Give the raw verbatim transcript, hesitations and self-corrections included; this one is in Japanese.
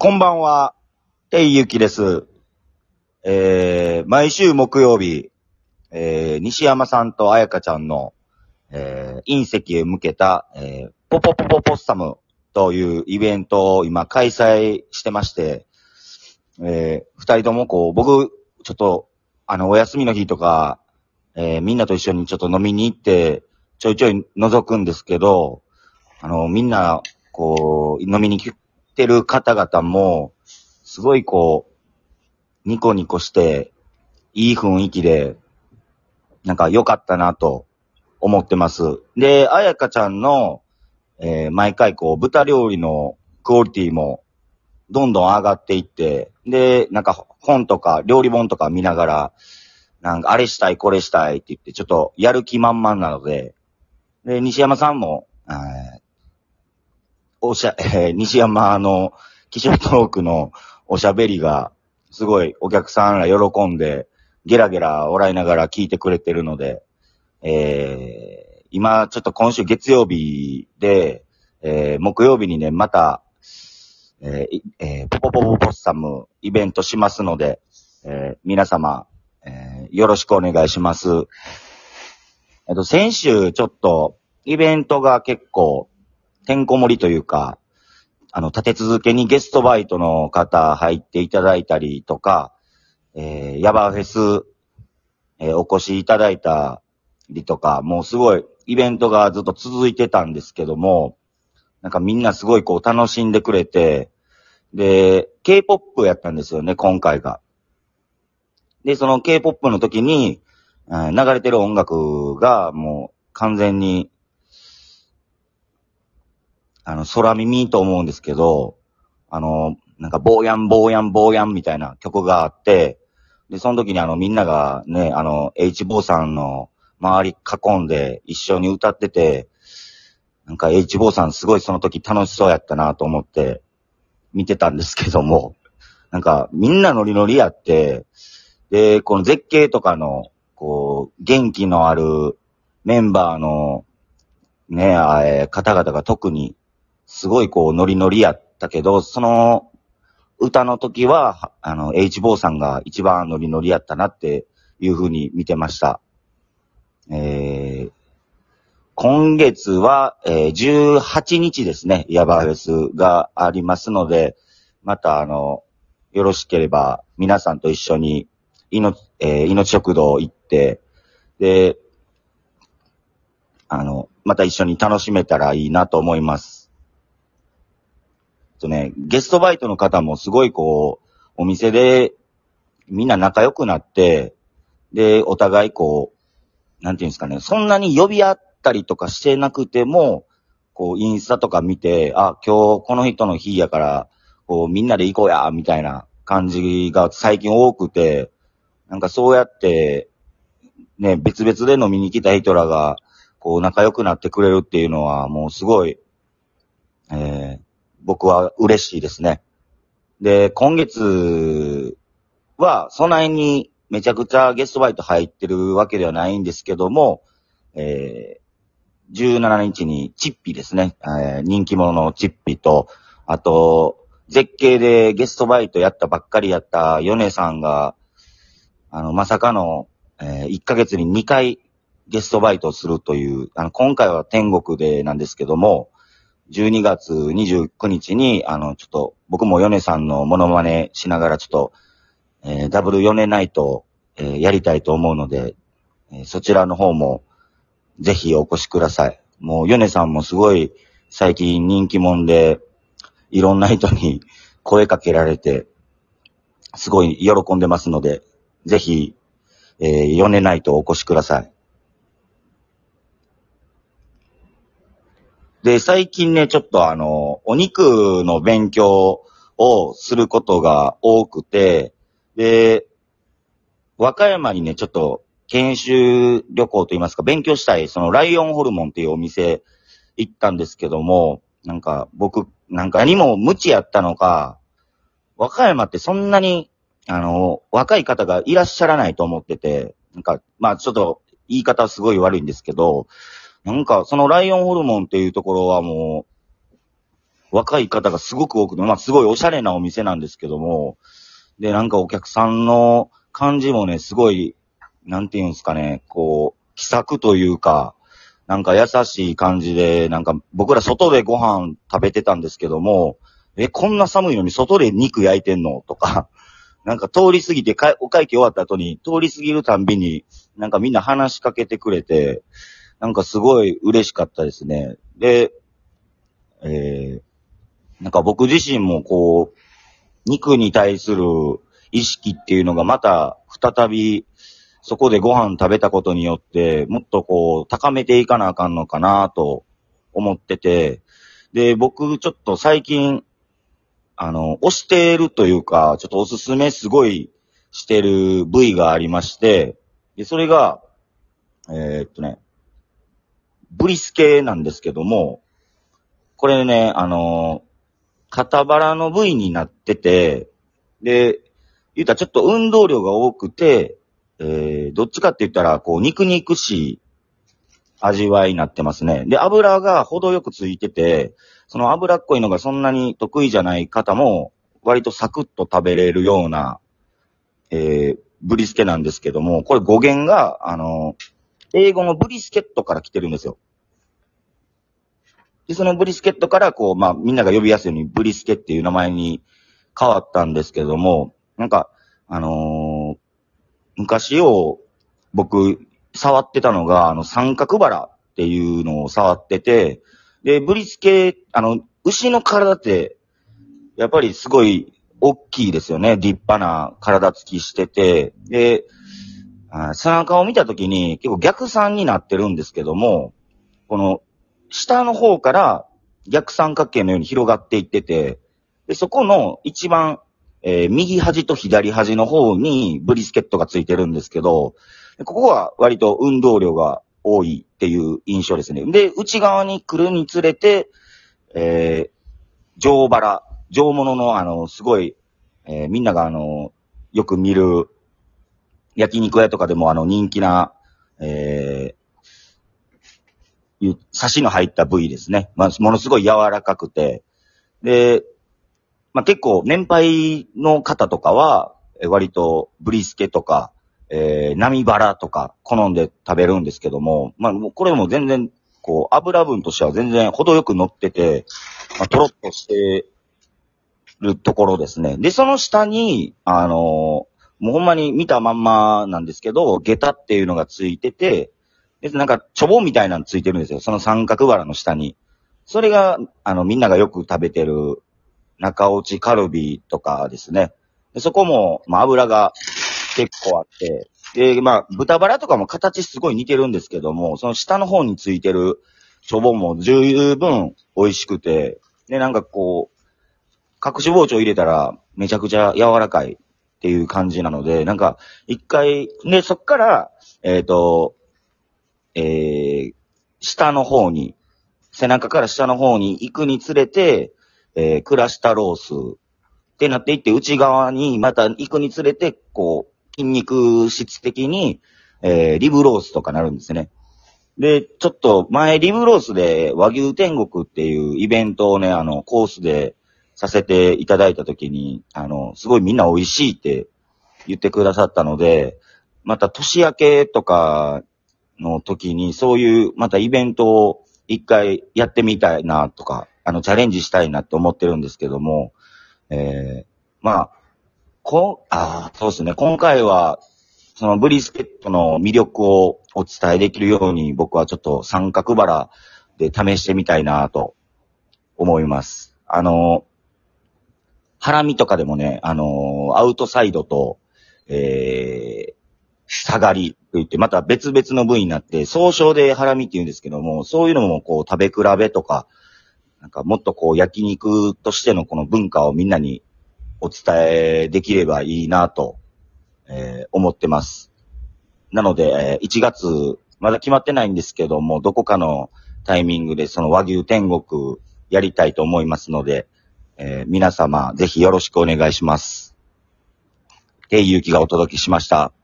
こんばんは、ていゆきです。えー、毎週木曜日、えー、西山さんとあやかちゃんの、えー、隕石へ向けた、えー、ポポポポポッサムというイベントを今開催してまして、えー、二人ともこう、僕、ちょっと、あの、お休みの日とか、えー、みんなと一緒にちょっと飲みに行って、ちょいちょい覗くんですけど、あの、みんな、こう、飲みに来てる方々も、すごいこう、ニコニコして、いい雰囲気で、なんか良かったなと思ってます。で、あやかちゃんの、えー毎回こう、豚料理のクオリティもどんどん上がっていって、で、なんか本とか料理本とか見ながら、なんかあれしたいこれしたいって言って、ちょっとやる気満々なので、で、西山さんも、えーおしゃ、えー西山の気象トークのおしゃべりが、すごいお客さんら喜んで、ゲラゲラ笑いながら聞いてくれてるので、えー、今、ちょっと今週月曜日で、えー、木曜日にね、また、えーいえーポポポポポッサムイベントしますので、えー皆様、えーよろしくお願いします。えっと、先週ちょっと、イベントが結構、てんこ盛りというか、あの、立て続けにゲストバイトの方入っていただいたりとか、えー、ヤバフェス、えーお越しいただいたりとか、もうすごいイベントがずっと続いてたんですけども、なんかみんなすごいこう楽しんでくれて、で、K-ポップ やったんですよね、今回が。で、その K-ポップ の時に、うん流れてる音楽がもう完全に、あの、空耳と思うんですけど、あの、なんか、ボーヤン、ボーヤン、ボーヤンみたいな曲があって、で、その時にあの、みんながね、あの、H 坊さんの周り囲んで一緒に歌ってて、なんか H 坊さんすごいその時楽しそうやったなと思って見てたんですけども、なんか、みんなノリノリやって、で、この絶景とかの、こう、元気のあるメンバーのね、あえー方々が特に、すごいこう、ノリノリやったけど、その、歌の時は、あの、H 坊さんが一番ノリノリやったなっていう風に見てました。えー、今月は、えー、じゅうはちにちですね、ヤバフェスがありますので、またあの、よろしければ皆さんと一緒に、いの、えー、命食堂行って、で、あの、また一緒に楽しめたらいいなと思います。とね、ゲストバイトの方もすごいこう、お店でみんな仲良くなって、で、お互いこう、なんていうんですかね、そんなに呼び合ったりとかしてなくても、こう、インスタとか見て、あ、今日この人の日やから、こう、みんなで行こうや、みたいな感じが最近多くて、なんかそうやって、ね、別々で飲みに来た人らが、こう、仲良くなってくれるっていうのは、もうすごい、えー、僕は嬉しいですね。で、今月は、そないにめちゃくちゃゲストバイト入ってるわけではないんですけども、えー、じゅうしちにちにチッピですね、えー、人気者のチッピと、あと、絶景でゲストバイトやったばっかりやったヨネさんが、あの、まさかの、えー、いっかげつににかいゲストバイトをするという、あの、今回は天国でなんですけども、じゅうにがつにじゅうくにちに、あの、ちょっと、僕もヨネさんのモノマネしながらちょっと、えー、ダブルヨネナイトを、えー、やりたいと思うので、えーそちらの方も、ぜひお越しください。もう、ヨネさんもすごい、最近人気者で、いろんな人に声かけられて、すごい喜んでますので、ぜひ、えー、ヨネナイトお越しください。で、最近ね、ちょっとあの、お肉の勉強をすることが多くて、で、和歌山にね、ちょっと研修旅行といいますか、勉強したい、そのライオンホルモンっていうお店行ったんですけども、なんか僕、なんか何も無知やったのか、和歌山ってそんなに、あの、若い方がいらっしゃらないと思ってて、なんか、まあちょっと言い方はすごい悪いんですけど、なんかそのライオンホルモンっていうところはもう、 若い方がすごく多くて、まあすごいおしゃれなお店なんですけども、で、なんかお客さんの感じもね、すごい、なんていうんですかね、こう、気さくというか、なんか優しい感じで、なんか僕ら外でご飯食べてたんですけども、え、こんな寒いのに外で肉焼いてんのとか、なんか通り過ぎてか、お会計終わった後に通り過ぎるたんびに、なんかみんな話しかけてくれて、なんかすごい嬉しかったですね。で、えー、なんか僕自身もこう、肉に対する意識っていうのがまた再びそこでご飯食べたことによってもっとこう高めていかなあかんのかなと思ってて、で、僕ちょっと最近あの、推してるというか、ちょっとおすすめすごいしてる部位がありまして、で、それが、えーっとね、ブリスケなんですけども、これね、あの、肩バラの部位になってて、で、言ったらちょっと運動量が多くて、えー、どっちかって言ったら、こう、肉肉しい味わいになってますね。で、油が程よくついてて、その脂っこいのがそんなに得意じゃない方も、割とサクッと食べれるような、えー、ブリスケなんですけども、これ語源が、あの、英語のブリスケットから来てるんですよ。で、そのブリスケットから、こう、まあ、みんなが呼びやすいようにブリスケっていう名前に変わったんですけども、なんか、あのー、昔を僕、触ってたのが、あの、三角バラっていうのを触ってて、で、ブリスケ、あの、牛の体って、やっぱりすごい大きいですよね。立派な体つきしてて、で、あ背中を見たときに結構逆三になってるんですけども、この下の方から逆三角形のように広がっていってて、で、そこの一番、えー右端と左端の方にブリスケットがついてるんですけど、ここは割と運動量が多いっていう印象ですね。で、内側に来るにつれて、えー、上バラ、上物のあの、すごい、えーみんながあの、よく見る焼肉屋とかでもあの人気な、えー、いうサシの入った部位ですね。まあ、ものすごい柔らかくて、で、まあ、結構年配の方とかは、えー割とブリスケとか、えー、波バラとか好んで食べるんですけども、まあ、もうこれも全然、こう、油分としては全然程よく乗ってて、まあ、とろっとしてるところですね。で、その下に、あのーもうほんまに見たまんまなんですけど、下駄っていうのがついてて、で、なんか、チョボみたいなのついてるんですよ。その三角バラの下に。それが、あの、みんながよく食べてる中落ちカルビとかですね。でそこも、まあ、油が結構あって、で、まあ、豚バラとかも形すごい似てるんですけども、その下の方についてるチョボも十分美味しくて、で、なんかこう、隠し包丁入れたらめちゃくちゃ柔らかいっていう感じなので、なんか、一回、で、そっから、えっと、えー、下の方に、背中から下の方に行くにつれて、えー、クラシタロースってなっていって、内側にまた行くにつれて、こう、筋肉質的に、えー、リブロースとかなるんですね。で、ちょっと前、リブロースで和牛天国っていうイベントをね、あの、コースでさせていただいたときに、あの、すごいみんな美味しいって言ってくださったので、また年明けとかの時にそういうまたイベントを一回やってみたいなとか、あのチャレンジしたいなって思ってるんですけども、えー、まあ、こう、ああ、そうですね。今回は、そのブリスケットの魅力をお伝えできるように僕はちょっと三角バラで試してみたいなと思います。あの、ハラミとかでもね、あの、アウトサイドと、えー、下がりと言って、また別々の部位になって、総称でハラミって言うんですけども、そういうのもこう食べ比べとか、なんかもっとこう焼肉としてのこの文化をみんなにお伝えできればいいなと、えー思ってます。なので、えーいちがつ、まだ決まってないんですけども、どこかのタイミングでその和牛天国やりたいと思いますので、えー皆様ぜひよろしくお願いします。っていう気がお届けしました。